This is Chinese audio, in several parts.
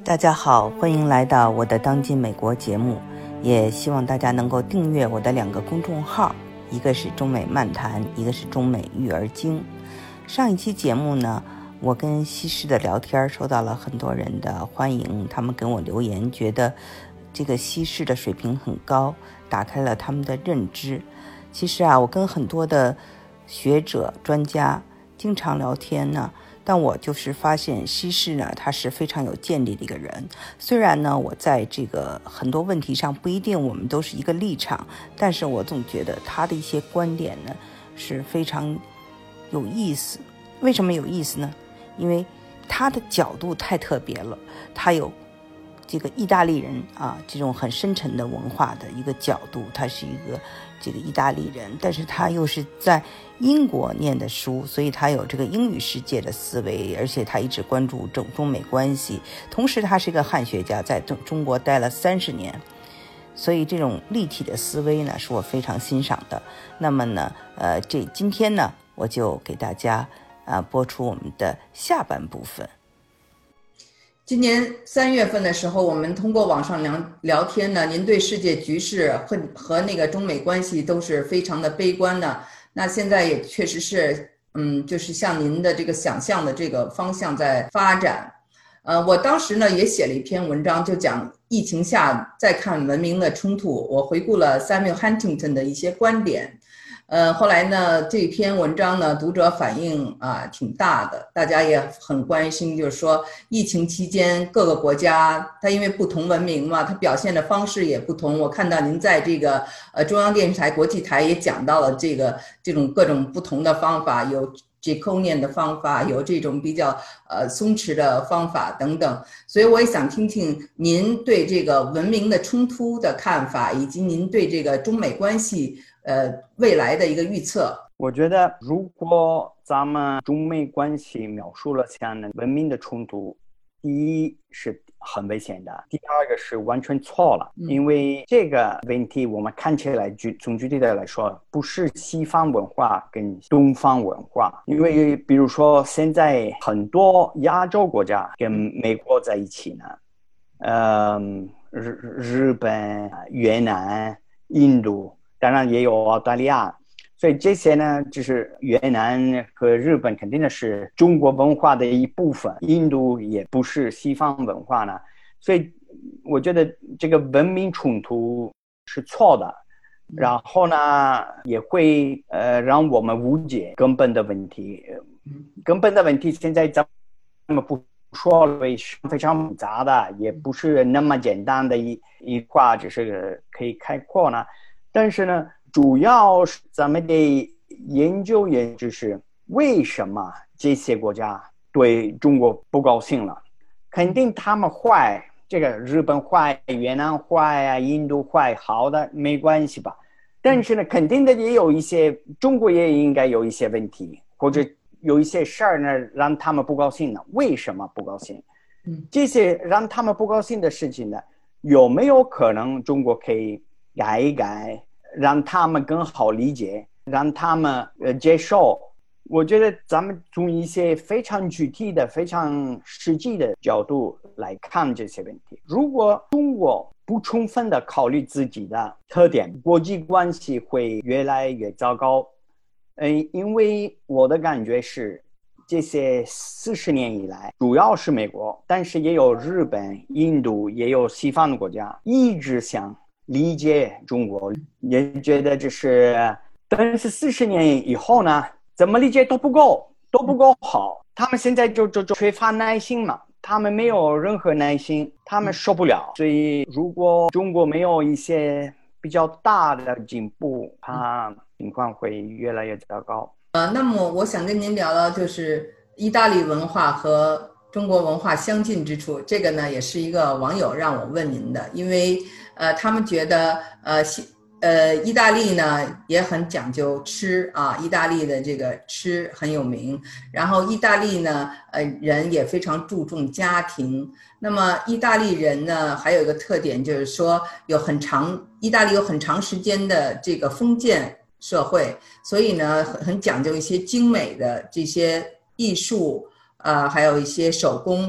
大家好，欢迎来到我的当今美国节目，也希望大家能够订阅我的2个公众号，一个是中美漫谈，一个是中美育儿经。上一期节目呢，我跟西施的聊天受到了很多人的欢迎，他们跟我留言，觉得这个西施的水平很高，打开了他们的认知。其实我跟很多的学者专家经常聊天呢，但我就是发现西施呢，他是非常有见地的一个人。虽然呢，我在这个很多问题上不一定我们都是一个立场，但是我总觉得他的一些观点呢是非常有意思。为什么有意思呢？因为他的角度太特别了，他有这个意大利人这种很深沉的文化的一个角度，他是一个这个意大利人，但是他又是在英国念的书，所以他有这个英语世界的思维，而且他一直关注中美关系，同时他是一个汉学家，在中国待了30年，所以这种立体的思维呢是我非常欣赏的。那么呢今天呢我就给大家播出我们的下半部分。 今年3月份的时候，我们通过网上聊天呢，您对世界局势和那个中美关系都是非常的悲观的。那现在也确实是，就是像您的这个想象的这个方向在发展。我当时呢也写了一篇文章，就讲疫情下再看文明的冲突。我回顾了 Samuel Huntington 的一些观点。后来呢，这篇文章呢，读者反应挺大的，大家也很关心，就是说疫情期间各个国家，它因为不同文明嘛，它表现的方式也不同。我看到您在这个中央电视台国际台也讲到了这种各种不同的方法，有draconian的方法，有这种比较松弛的方法等等。所以我也想听听您对这个文明的冲突的看法，以及您对这个中美关系未来的一个预测。 我觉得如果咱们中美关系描述了像文明的冲突，第一是很危险的，第二个是完全错了。因为这个问题我们看起来从具体的来说，不是西方文化跟东方文化。因为比如说现在很多亚洲国家跟美国在一起呢，日本、越南、印度，当然也有澳大利亚。所以这些呢，就是越南和日本肯定的是中国文化的一部分，印度也不是西方文化呢。所以我觉得这个文明冲突是错的，然后呢也会让我们误解根本的问题。根本的问题现在咱们不说了，非常复杂的，也不是那么简单的一话只是可以概括呢。但是呢，主要是咱们得研究是为什么这些国家对中国不高兴了。肯定他们坏，这个日本坏，越南坏印度坏，好的没关系吧。但是呢，肯定的也有一些，中国也应该有一些问题，或者有一些事儿呢让他们不高兴呢。为什么不高兴？这些让他们不高兴的事情呢，有没有可能中国可以改一改，让他们更好理解，让他们接受？我觉得咱们从一些非常具体的、非常实际的角度来看这些问题。如果中国不充分的考虑自己的特点，国际关系会越来越糟糕。因为我的感觉是，这些40年以来，主要是美国，但是也有日本、印度，也有西方的国家，一直想理解中国，也觉得这是，但是40年以后呢，怎么理解都不够好。他们现在就缺乏耐心嘛，他们没有任何耐心，他们受不了。所以如果中国没有一些比较大的进步，情况会越来越糟糕。 那么我想跟您聊聊，就是意大利文化和中国文化相近之处。这个呢，也是一个网友让我问您的，因为他们觉得意大利呢也很讲究吃意大利的这个吃很有名。然后意大利呢人也非常注重家庭。那么意大利人呢还有一个特点，就是说意大利有很长时间的这个封建社会，所以呢很讲究一些精美的这些艺术还有一些手工。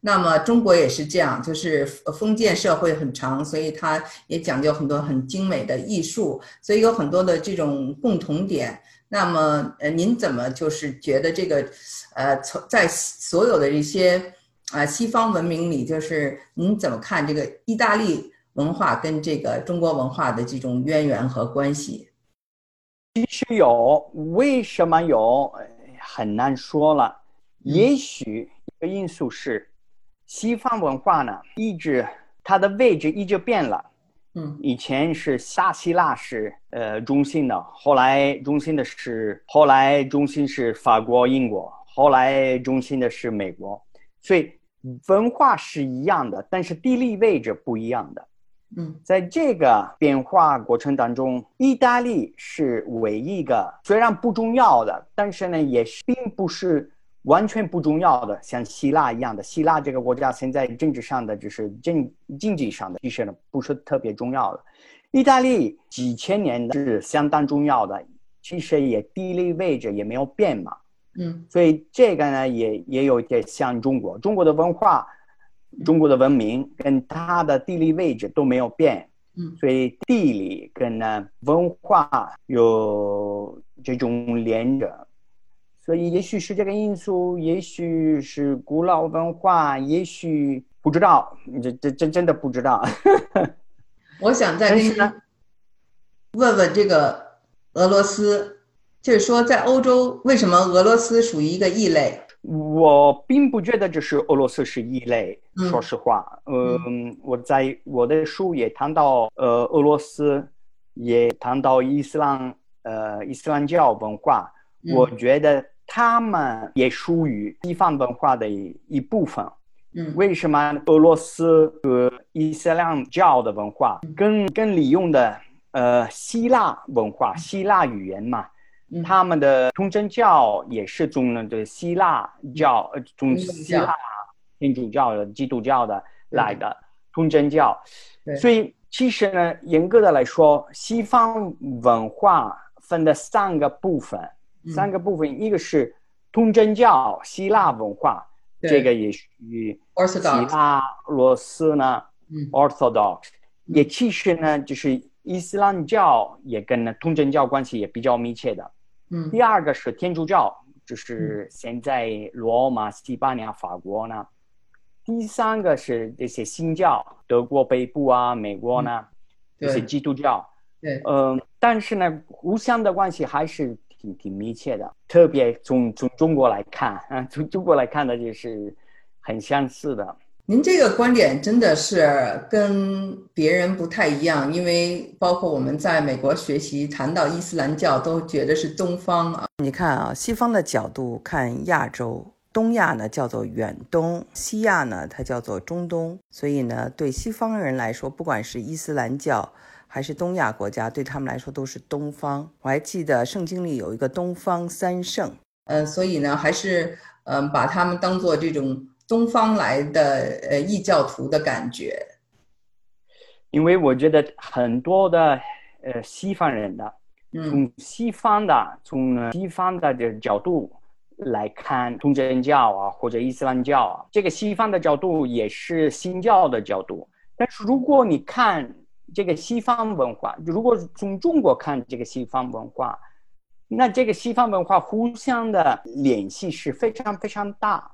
那么中国也是这样，就是封建社会很长，所以它也讲究很多很精美的艺术，所以有很多的这种共同点。那么您怎么就是觉得这个在所有的这些西方文明里，就是您怎么看这个意大利文化跟这个中国文化的这种渊源和关系？ 其实有，为什么有很难说了。也许一个因素是西方文化呢，它的位置一直变了。以前是大希腊是中心的，后来中心是法国、英国，后来中心的是美国，所以文化是一样的，但是地理位置不一样的。在这个变化过程当中，意大利是唯一一个虽然不重要的，但是呢也并不是完全不重要的，像希腊一样的。希腊这个国家现在政治上的就是经济上的其实呢不是特别重要的。意大利几千年的是相当重要的，其实也地理位置也没有变嘛。所以这个呢也有点像中国的文化，中国的文明跟它的地理位置都没有变。所以地理跟文化有这种连着。所以也许是这个因素，也许是古老文化，也许不知道，这真的不知道。 我想再跟您问问这个俄罗斯，就是说在欧洲为什么俄罗斯属于一个异类？ 我并不觉得这是俄罗斯是异类，说实话。我在我的书也谈到俄罗斯，也谈到伊斯兰教文化。我觉得他们也属于西方文化的一部分。为什么俄罗斯和伊斯兰教的文化跟利用的希腊文化、希腊语言嘛？他们的东正教也是从希腊教，从希腊天主教的、基督教的来的东正教。所以其实呢，严格的来说，西方文化分的三个部分，一个是东正教希腊文化，这个也属于希腊罗斯呢 Orthodox， 也其实呢就是伊斯兰教也跟东正教关系也比较密切的。第二个是天主教，就是现在罗马、西班牙、法国呢。第三个是这些新教，德国北部啊、美国呢，这些基督教。但是呢，互相的关系还是挺密切的，特别从中国来看从中国来看的就是很相似的。 您这个观点真的是跟别人不太一样，因为包括我们在美国学习，谈到伊斯兰教都觉得是东方啊。 你看啊，西方的角度看亚洲，东亚呢叫做远东，西亚呢它叫做中东。所以呢，对西方人来说，不管是伊斯兰教还是东亚国家，对他们来说都是东方。我还记得圣经里有一个东方三圣， 所以呢，还是把他们当做这种东方来的异教徒的感觉。 因为我觉得很多的西方人的从西方的这个角度来看东正教啊或者伊斯兰教啊，这个西方的角度也是新教的角度。但是如果你看这个西方文化，如果从中国看这个西方文化，那这个西方文化互相的联系是非常非常大。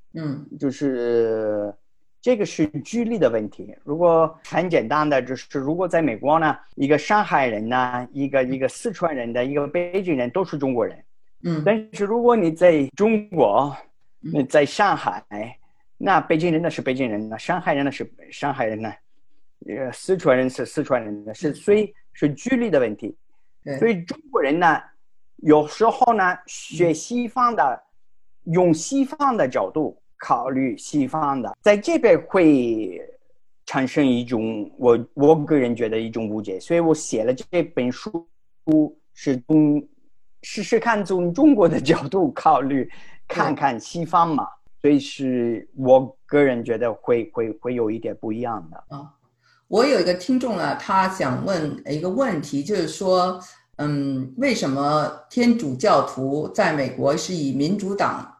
就是这个是距离的问题。如果很简单的，就是如果在美国呢，一个上海人呢，一个四川人的，一个北京人都是中国人。但是如果你在中国，在上海，那北京人呢是北京人呢，上海人呢是上海人呢，四川人是四川人呢，所以是距离的问题。所以中国人呢，有时候呢学西方的，用西方的角度考虑西方的，在这边会产生一种我个人觉得一种误解。所以我写了这本书是试试看从中国的角度考虑看看西方嘛，所以是我个人觉得会有一点不一样的。 我有一个听众呢，他想问一个问题，就是说为什么天主教徒在美国是以民主党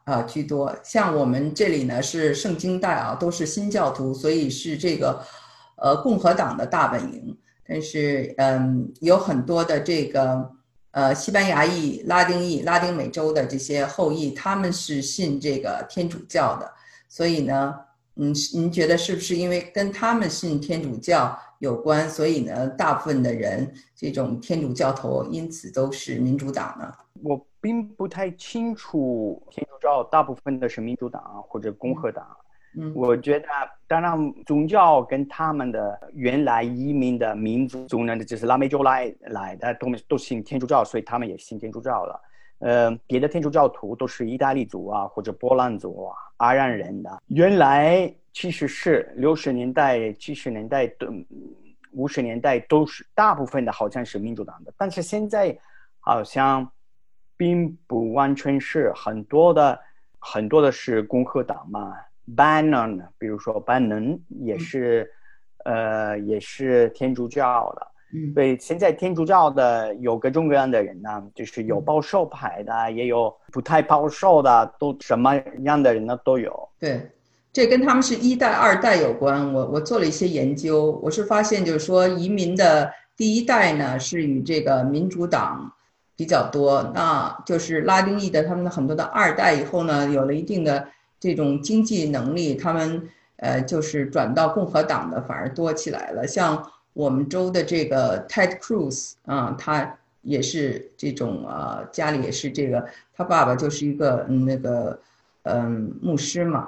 居多。像我们这里呢是圣经带啊，都是新教徒，所以是这个共和党的大本营。但是有很多的这个西班牙裔、拉丁裔、拉丁美洲的这些后裔，他们是信这个天主教的。所以呢，您觉得是不是因为跟他们信天主教有关，所以呢，大部分的人这种天主教徒因此都是民主党呢？ 我并不太清楚天主教大部分的是民主党或者共和党。我觉得当然宗教跟他们的原来移民的民族呢，就是拉美洲来的都信天主教，所以他们也信天主教了。别的天主教徒都是意大利族啊，或者波兰族啊、阿兰人的。原来其实是60年代、70年代、50年代都是大部分的好像是民主党的，但是现在好像并不完全是，很多的是共和党嘛。Bannon 比如说 Bannon 也是天主教的。所以现在天主教的有各种各样的人呢，就是有保守派的，也有不太保守的，都什么样的人呢都有。 对，这跟他们是1代2代有关。我做了一些研究，我是发现就是说移民的第1代呢是与这个民主党比较多，那就是拉丁裔的他们的很多的2代以后呢，有了一定的这种经济能力，他们就是转到共和党的反而多起来了。像我们州的这个 Ted Cruz 他也是这种家里也是这个，他爸爸就是一个牧师嘛，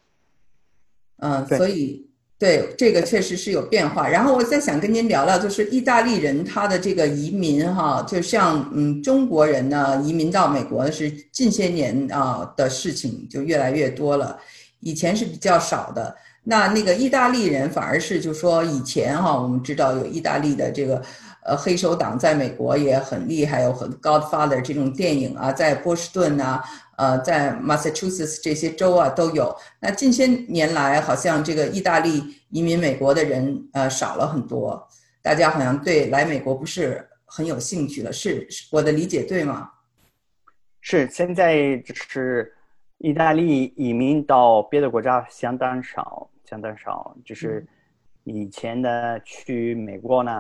所以对这个确实是有变化。然后我再想跟您聊聊，就是意大利人他的这个移民就像中国人呢移民到美国是近些年的事情就越来越多了，以前是比较少的。那个意大利人反而是就说以前我们知道有意大利的这个黑手党在美国也很厉害，有很 Godfather 这种电影在波士顿在 Massachusetts 这些州都有。那近些年来好像这个意大利移民美国的人少了很多，大家好像对来美国不是很有兴趣了，是我的理解对吗？ 是，现在就是意大利移民到别的国家相当少，就是以前的去美国呢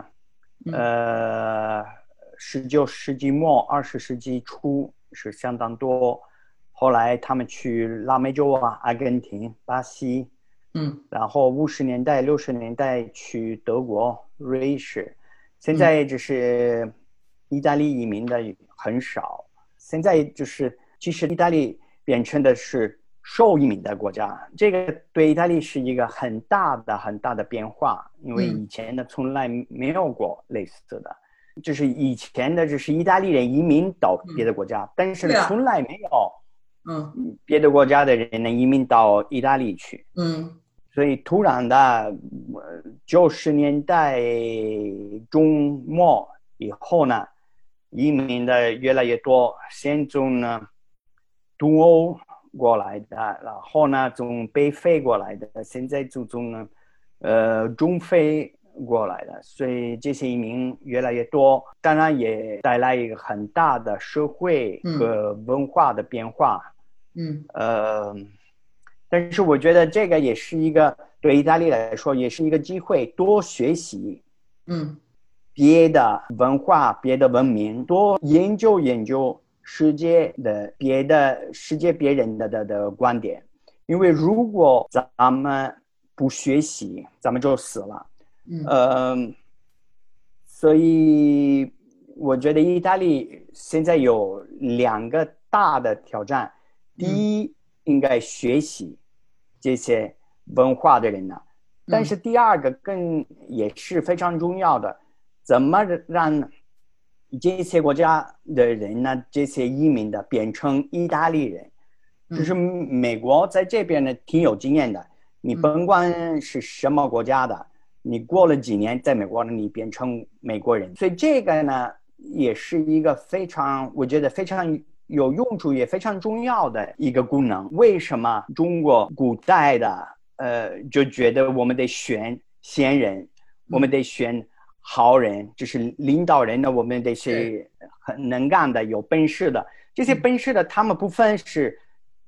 ，19世纪末20世纪初是相当多，后来他们去拉美洲阿根廷、巴西，然后50年代60年代去德国、瑞士，现在就是意大利移民的很少。现在就是其实意大利变成的是受移民的国家，这个对意大利是一个很大的变化，因为以前的从来没有过类似的，就是以前的就是意大利人移民到别的国家，但是从来没有别的国家的人能移民到意大利去。所以突然的90年代中末以后呢，移民的越来越多，先从东欧过来的，然后呢从北非过来的，现在从中非过来的，所以这些移民越来越多，当然也带来一个很大的社会和文化的变化。但是我觉得这个也是一个对意大利来说也是一个机会，多学习别的文化、别的文明，多研究世界别人的观点。因为如果咱们不学习，咱们就死了。所以我觉得意大利现在有2个大的挑战。第一，应该学习这些文化的人呢，但是第2个也是非常重要的，怎么让这些国家的人呢，这些移民的变成意大利人。就是美国在这边呢挺有经验的，你甭管是什么国家的，你过了几年在美国呢，你变成美国人。所以这个呢也是一个我觉得非常有用处也非常重要的一个功能。为什么中国古代的就觉得我们得选贤人，我们得选好人，就是领导人呢，我们得是很能干的、有本事的。这些本事的他们不分是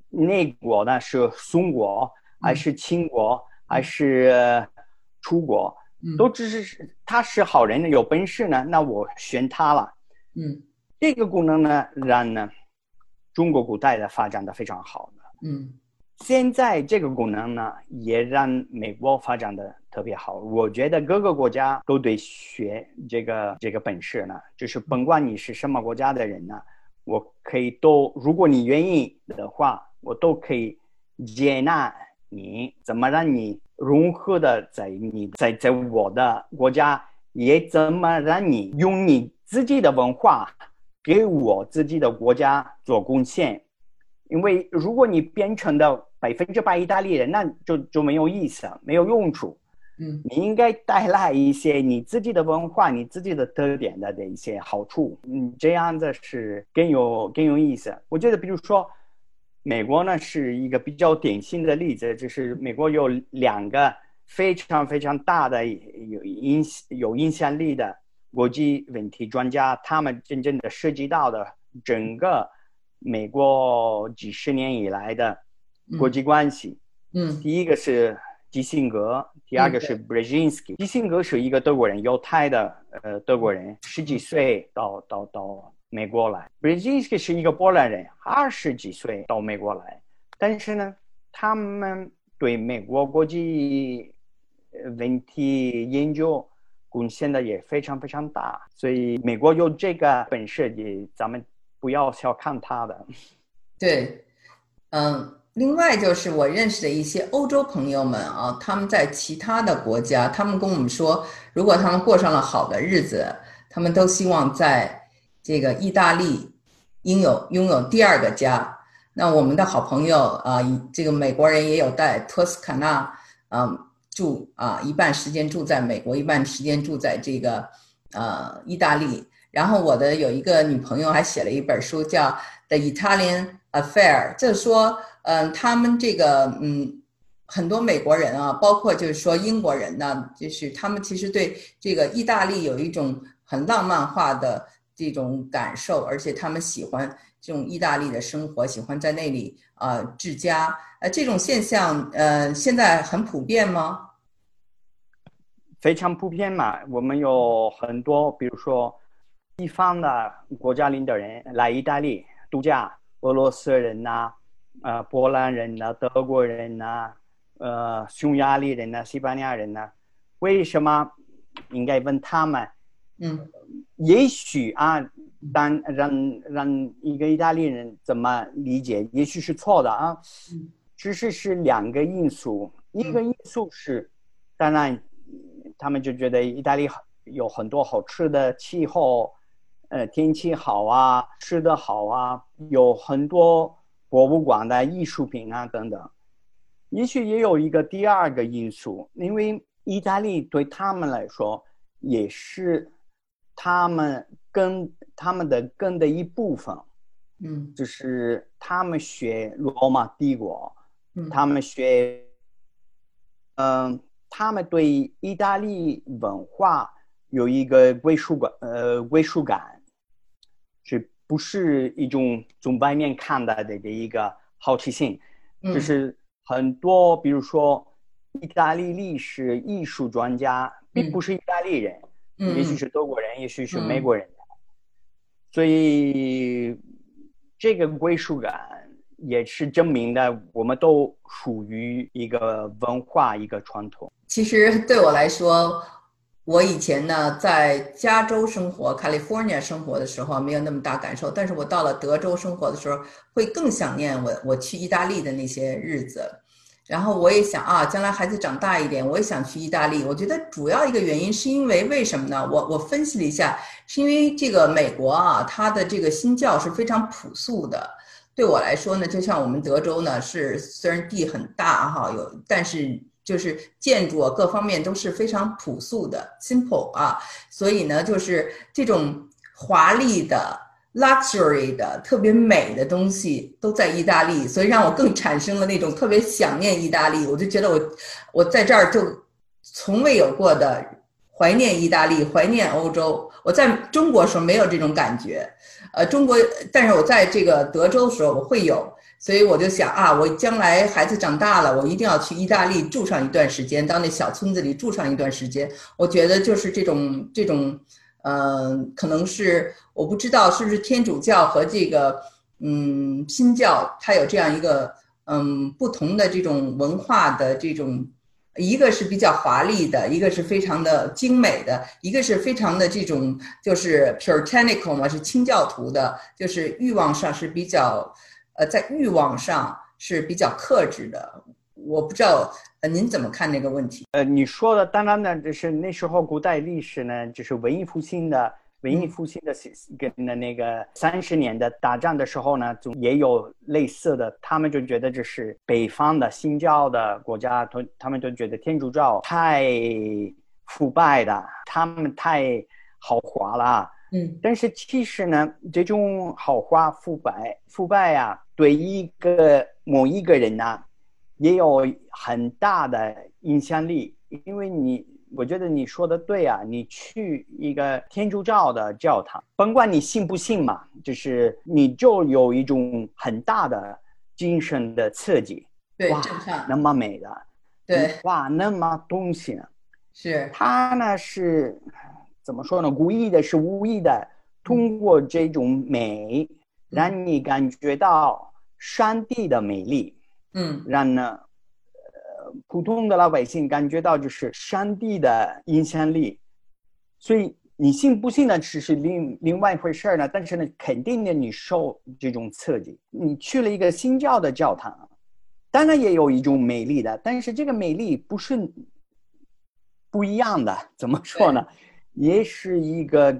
内国呢是宋国还是秦国还是楚国，都只是他是好人有本事呢，那我选他了。这个功能呢让呢中国古代的发展的非常好的。现在这个功能呢也让美国发展的特别好。我觉得各个国家都得学这个本事呢，就是甭管你是什么国家的人呢，我可以都，如果你愿意的话，我都可以接纳你，怎么让你融合的在我的国家，也怎么让你用你自己的文化给我自己的国家做贡献。因为如果你变成的100%意大利人，那就没有意思，没有用处。你应该带来一些你自己的文化、你自己的特点的一些好处，这样子是更有意思。我觉得，比如说，美国呢是一个比较典型的例子，就是美国有2个非常非常大的有影响力的国际问题专家，他们真正的涉及到的整个美国几十年以来的国际关系。第一个是基辛格，第二个是 Brzezinski。基辛格是一个德国人，犹太的德国人，10几岁到美国来。Brzezinski 是一个波兰人，20几岁到美国来。但是呢，他们对美国国际问题研究贡献的也非常非常大，所以美国有这个本事，咱们不要小看他的。 对，另外就是我认识的一些欧洲朋友们啊，他们在其他的国家，他们跟我们说，如果他们过上了好的日子，他们都希望在这个意大利拥有第二个家。那我们的好朋友这个美国人也有在托斯卡纳住一半时间住在美国，一半时间住在这个意大利。然后我的有一个女朋友还写了一本书叫《The Italian Affair》，就是说他们这个很多美国人啊，包括就是说英国人呢，就是他们其实对这个意大利有一种很浪漫化的这种感受，而且他们喜欢这种意大利的生活，喜欢在那里治家。这种现象现在很普遍吗？ 非常普遍嘛。我们有很多，比如说西方的国家领导人来意大利度假，俄罗斯人呐、波兰人呐、德国人呐、匈牙利人呐、西班牙人呐，为什么应该问他们？也许但让一个意大利人怎么理解，也许是错的啊。其实是2个因素，一个因素是，当然他们就觉得意大利有很多好吃的，气候天气好啊，吃的好啊，有很多博物馆的艺术品啊等等。也许也有一个第2个因素，因为意大利对他们来说也是他们的根的一部分。就是他们学罗马帝国，他们学他们对意大利文化有一个归属感，是不是一种从外面看的一个好奇心？就是很多，比如说意大利历史艺术专家并不是意大利人，也许是德国人，也许是美国人，所以这个归属感也是证明的我们都属于一个文化，一个传统。 其实对我来说，我以前呢在加州生活 California 生活的时候没有那么大感受，但是我到了德州生活的时候会更想念我去意大利的那些日子。然后我也想将来孩子长大一点，我也想去意大利。我觉得主要一个原因是因为为什么呢？我分析了一下，是因为这个美国它的这个新教是非常朴素的。对我来说呢，就像我们德州呢，是虽然地很大但是就是建筑各方面都是非常朴素的 simple 所以呢，就是这种华丽的luxury 的特别美的东西都在意大利，所以让我更产生了那种特别想念意大利。我就觉得我在这儿就从未有过的怀念意大利，怀念欧洲。我在中国时候没有这种感觉，但是我在这个德州的时候我会有所以我就想啊，我将来孩子长大了，我一定要去意大利住上一段时间，到那小村子里住上一段时间。我觉得就是这种，可能是我不知道是不是天主教和这个新教它有这样一个不同的这种文化的这种。一个是比较华丽的，一个是非常的精美的，一个是非常的这种就是 puritanical 嘛，是清教徒的，就是欲望上是比较在欲望上是比较克制的。我不知道您怎么看这个问题？ 你说的当然呢，就是那时候古代历史呢，就是文艺复兴的跟那个30年的打仗的时候呢，总也有类似的，他们就觉得这是北方的新教的国家，他们就觉得天主教太腐败的，他们太豪华了。但是其实呢，这种豪华腐败啊，对某一个人呢，也有很大的影响力，因为我觉得你说的对啊，你去一个天主教的教堂，甭管你信不信嘛，就是你就有一种很大的精神的刺激。 对， 哇， 震撼， 那么美的， 对， 哇，那么东西呢？ 是他呢是怎么说呢？故意的是无意的，通过这种美，让你感觉到上帝的美丽，让呢。普通的老百姓感觉到就是上帝的影响力，所以你信不信呢只是另外一回事呢，但是呢肯定的你受这种刺激。你去了一个新教的教堂，当然也有一种美丽的，但是这个美丽不一样的，怎么说呢？也是一个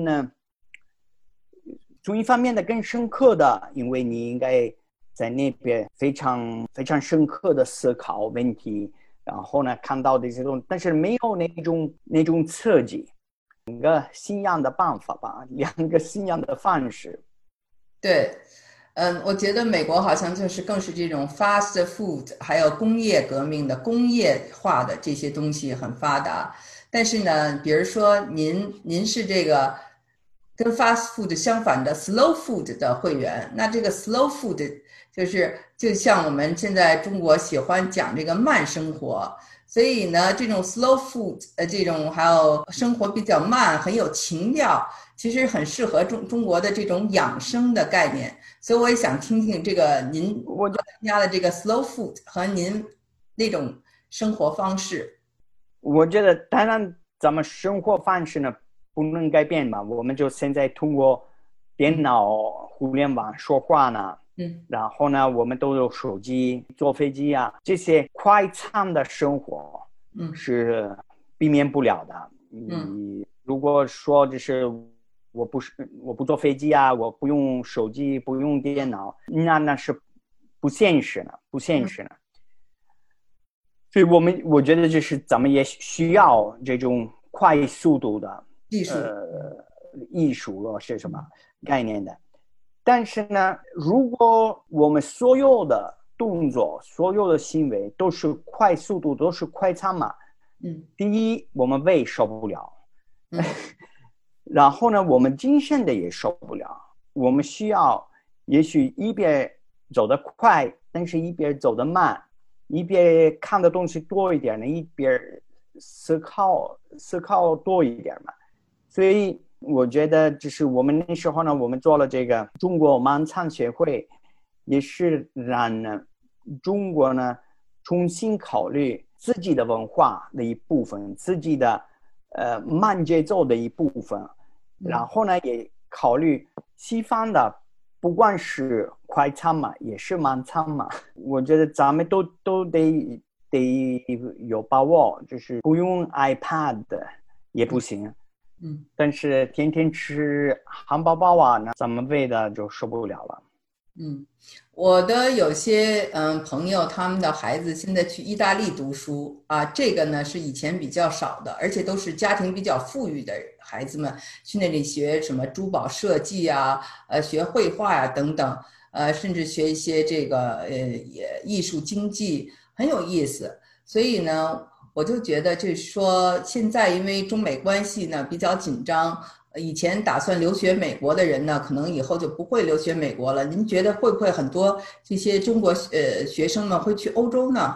从一方面的更深刻的，因为你应该在那边非常非常深刻的思考问题，然后呢看到这些东西，但是没有那种刺激，两个信仰的办法吧，两个信仰的方式。 对，我觉得美国好像更是这种 fast food， 还有工业革命的工业化的这些东西很发达。但是呢，比如说您是这个跟 fast food 相反的 slow food 的会员，那这个 slow food 就像我们现在中国喜欢讲这个慢生活，所以呢，这种 slow food 这种还有生活比较慢，很有情调，其实很适合中国的这种养生的概念。所以我也想听听这个您参加的这个 slow food 和您那种生活方式。 我觉得当然咱们生活方式呢不能改变嘛，我们就现在通过电脑互联网说话呢，然后呢我们都有手机，坐飞机啊，这些快餐的生活是避免不了的。如果说就是我不坐飞机啊，我不用手机，不用电脑，那是不现实呢。所以我觉得就是咱们也需要这种快速度的艺术了是什么概念的。但是呢，如果我们所有的动作、所有的行为都是快速度，都是快餐嘛，第一我们胃受不了，然后呢我们精神的也受不了，我们需要也许一边走得快，但是一边走得慢，一边看的东西多一点呢，一边思考多一点嘛。所以我觉得就是我们那时候呢，我们做了这个中国盲餐协会，也是让呢中国呢重新考虑自己的文化的一部分，自己的慢节奏的一部分，然后呢也考虑西方的，不管是快餐嘛，也是慢餐嘛。我觉得咱们都得有把握，就是不用 iPad 也不行。但是天天吃汉堡包啊，那咱们胃的就受不了了。 我的有些朋友，他们的孩子现在去意大利读书啊，这个呢是以前比较少的，而且都是家庭比较富裕的孩子们去那里学什么珠宝设计啊，学绘画啊等等，甚至学一些这个艺术经济，很有意思。所以呢，我就觉得就是说，现在因为中美关系呢比较紧张， 以前打算留学美国的人呢，可能以后就不会留学美国了。您觉得会不会很多这些中国学生们会去欧洲呢？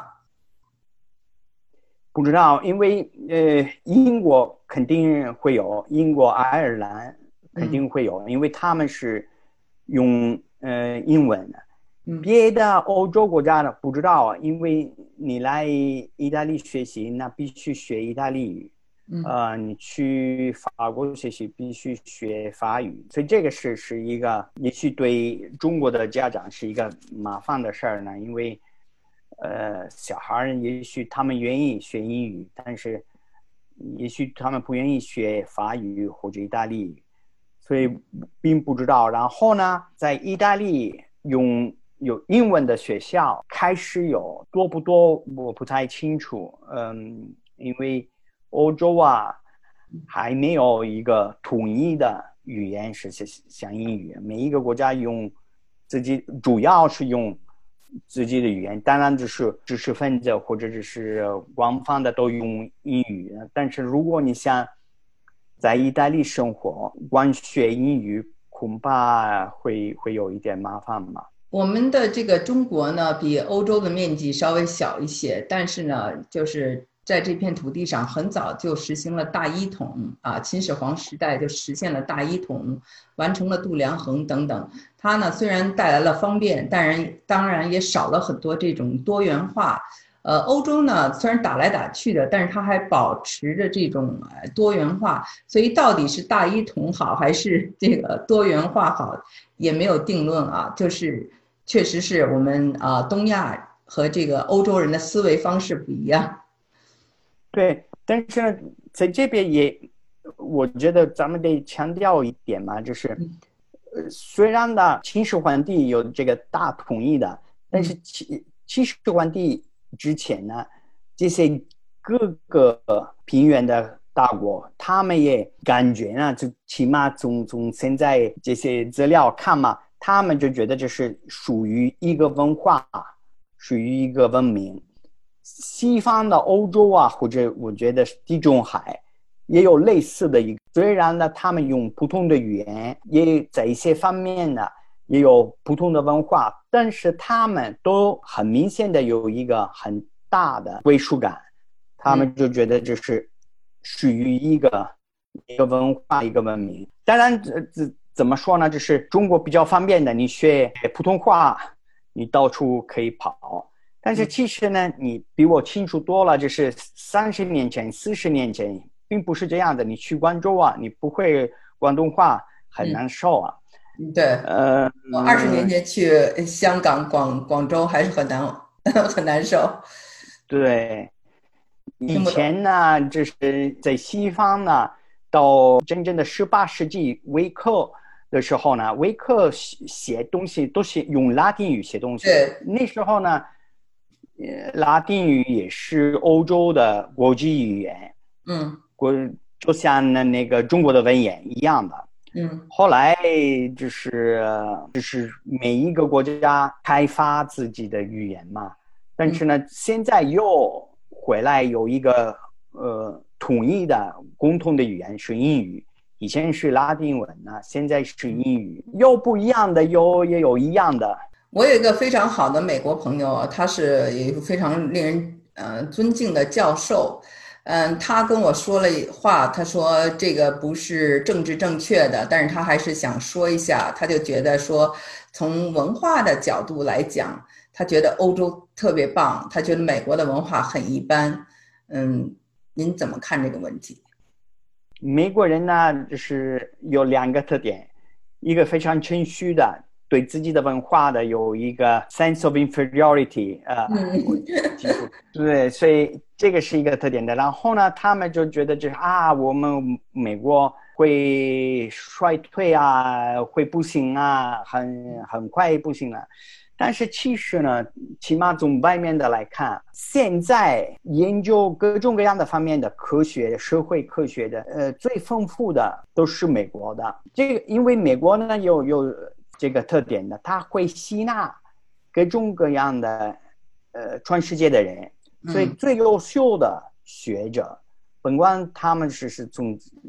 不知道，因为英国肯定会有，英国、爱尔兰肯定会有，因为他们是用英文的。别的欧洲国家的不知道，因为你来意大利学习，那必须学意大利语。你去法国学习必须学法语，所以这个是一个也许对中国的家长是一个麻烦的事儿呢，因为小孩也许他们愿意学英语，但是也许他们不愿意学法语或者意大利语，所以并不知道。然后呢，在意大利有英文的学校开始有，多不多我不太清楚。因为欧洲还没有一个统一的语言是像英语，每一个国家用自己，主要是用自己的语言，当然就是知识分子或者是官方的都用英语。但是如果你想在意大利生活，光学英语恐怕会有一点麻烦嘛。 我们的这个中国呢，比欧洲的面积稍微小一些，但是呢，就是在这片土地上很早就实行了大一统啊，秦始皇时代就实现了大一统，完成了度量衡等等。它呢虽然带来了方便，当然也少了很多这种多元化。欧洲呢虽然打来打去的，但是它还保持着这种多元化，所以到底是大一统好还是这个多元化好，也没有定论啊。就是确实是我们东亚和这个欧洲人的思维方式不一样。 对，但是呢，在这边我觉得咱们得强调一点嘛，就是虽然呢秦始皇帝有这个大统一的，但是秦始皇帝之前呢，这些各个平原的大国，他们也感觉呢，就起码从现在这些资料看嘛，他们就觉得这是属于一个文化，属于一个文明。西方的欧洲或者我觉得地中海也有类似的一个，虽然呢他们用不同的语言，也在一些方面呢也有不同的文化，但是他们都很明显的有一个很大的归属感，他们就觉得这是属于一个文化，一个文明。当然怎么说呢，这是中国比较方便的，你学普通话你到处可以跑，但是其实呢你比我清楚多了，就是30年前40年前并不是这样的，你去广州你不会广东话很难受对，我20年前去香港、广州还是很难受。 对，以前呢，就是在西方呢，到真正的18世纪维克的时候呢，维克写东西都是用拉丁语写东西。 对， 那时候呢，拉丁语也是欧洲的国际语言，就像那个中国的文言一样的。后来就是每一个国家开发自己的语言嘛，但是呢，现在又回来有一个统一的共同的语言是英语，以前是拉丁文呢，现在是英语，有不一样的，也有一样的。 我有一个非常好的美国朋友，他是一个非常令人尊敬的教授。他跟我说了话，他说这个不是政治正确的，但是他还是想说一下，他就觉得说从文化的角度来讲，他觉得欧洲特别棒，他觉得美国的文化很一般。您怎么看这个问题？ 美国人呢，就是有2个特点，一个非常谦虚的，对自己的文化的有一个 sense of inferiority 对，所以这个是一个特点的。然后呢，他们就觉得就是我们美国会衰退会不行很快不行了。但是其实呢，起码从外面的来看，现在研究各种各样的方面的科学、社会科学的最丰富的都是美国的。这个因为美国呢有这个特点的，它会吸纳各种各样的全世界的人，所以最优秀的学者，甭管他们是从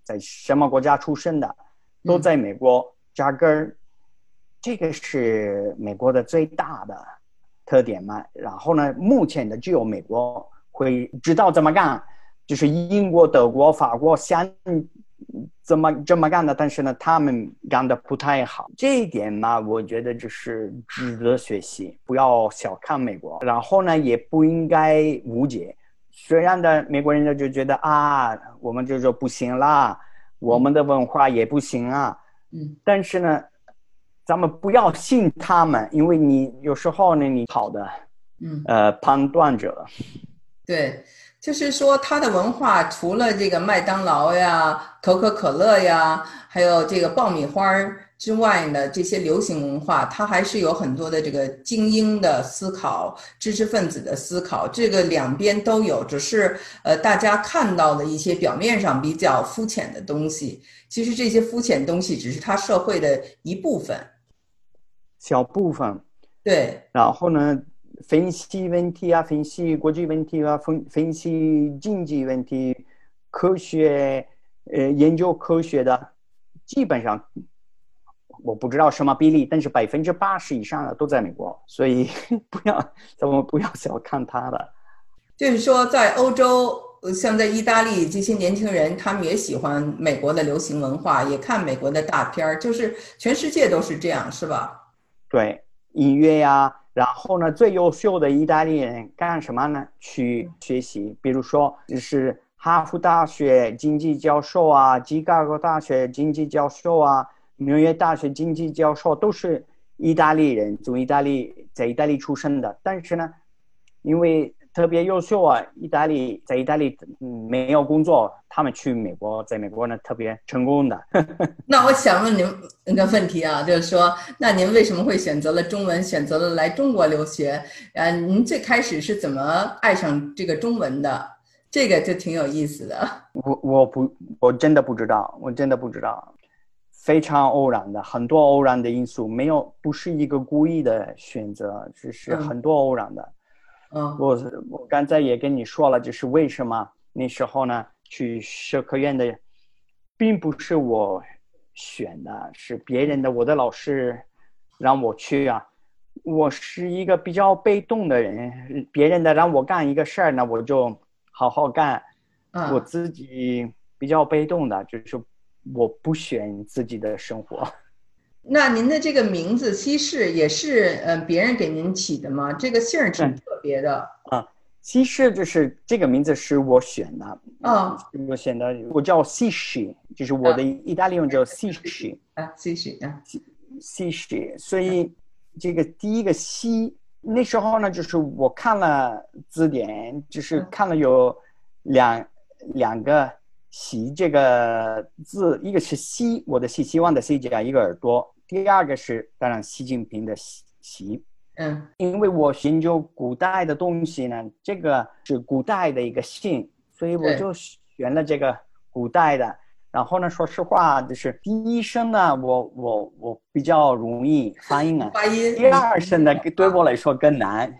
在什么国家出生的，都在美国扎根儿。这个是美国的最大的特点嘛。然后呢，目前的只有美国会知道怎么干，就是英国、德国、法国想这么干的，但是呢，他们干的不太好。这一点嘛，我觉得就是值得学习，不要小看美国。然后呢，也不应该误解。虽然的美国人就觉得啊，我们就说不行啦，我们的文化也不行啊。但是呢，咱们不要信他们，因为你有时候呢，你好的判断者。 对，就是说它的文化除了这个麦当劳呀、可口可乐呀，还有这个爆米花之外呢，这些流行文化，它还是有很多的这个精英的思考、知识分子的思考，这个两边都有，只是大家看到的一些表面上比较肤浅的东西，其实这些肤浅东西只是它社会的一部分， 小部分。 对， 然后呢，分析问题啊，分析国际问题啊，分析经济问题，科学研究科学的，基本上我不知道什么比例，但是80%以上的都在美国，所以咱们不要小看它的。 就是说在欧洲，像在意大利这些年轻人，他们也喜欢美国的流行文化，也看美国的大片儿，就是全世界都是这样，是吧？ 对，音乐呀。然后呢，最优秀的意大利人干什么呢？去学习，比如说就是哈佛大学经济教授啊，芝加哥大学经济教授啊，纽约大学经济教授都是意大利人，在意大利出生的。但是呢，因为特别优秀啊，在意大利没有工作，他们去美国，在美国呢特别成功的。 那我想问您一个问题啊，就是说，那您为什么会选择了中文，选择了来中国留学？您最开始是怎么爱上这个中文的？这个就挺有意思的。 我真的不知道，非常偶然的，很多偶然的因素，不是一个故意的选择，只是很多偶然的。我刚才也跟你说了，就是为什么那时候呢去社科院的，并不是我选的，是别人的，我的老师让我去啊。我是一个比较被动的人，别人的让我干一个事儿呢，我就好好干。我自己比较被动的，就是我不选自己的生活。 那您的这个名字西式也是别人给您起的吗？这个姓儿挺特别的西式就是这个名字是我选的我选的，我叫西式，就是我的意大利文叫西式西式，所以这个第一个西，那时候呢，就是我看了字典，就是看了有两个西这个字，一个是西，我的西，希望的西加一个耳朵，第二个是当然习近平的习。因为我研究古代的东西呢，这个是古代的一个姓，所以我就选了这个古代的。然后呢，说实话，就是第一声呢，我比较容易发音啊，第二声呢，对我来说更难。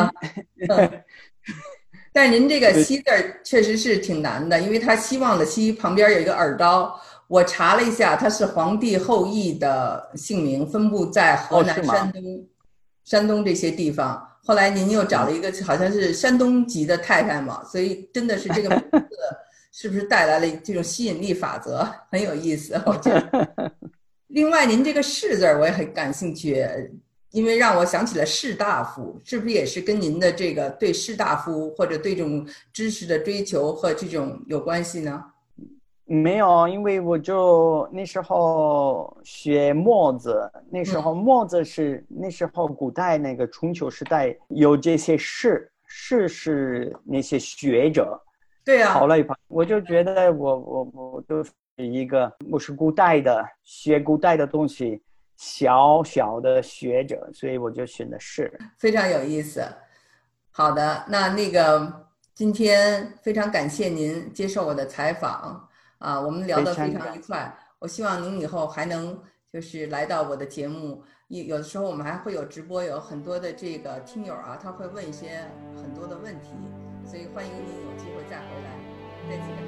但是您这个西字确实是挺难的，因为他希望的希旁边有一个耳刀。我查了一下，他是皇帝后裔的姓名，分布在河南、山东这些地方。后来您又找了一个好像是山东籍的太太嘛，所以真的是这个名字是不是带来了这种吸引力法则，很有意思，我觉得。另外，您这个士字我也很感兴趣，因为让我想起了士大夫，是不是也是跟您的这个对士大夫或者对这种知识的追求和这种有关系呢？ 没有，因为我就那时候学墨子，那时候墨子是那时候古代那个春秋时代有这些士是那些学者， 对啊， 跑了一跑，我就觉得我就是我是古代的学古代的东西，小小的学者，所以我就选的士， 非常有意思。好的，那个今天非常感谢您接受我的采访。我们聊得非常愉快。我希望您以后还能就是来到我的节目，有的时候我们还会有直播，有很多的这个听友他会问一些很多的问题，所以欢迎您有机会再回来。再次感谢。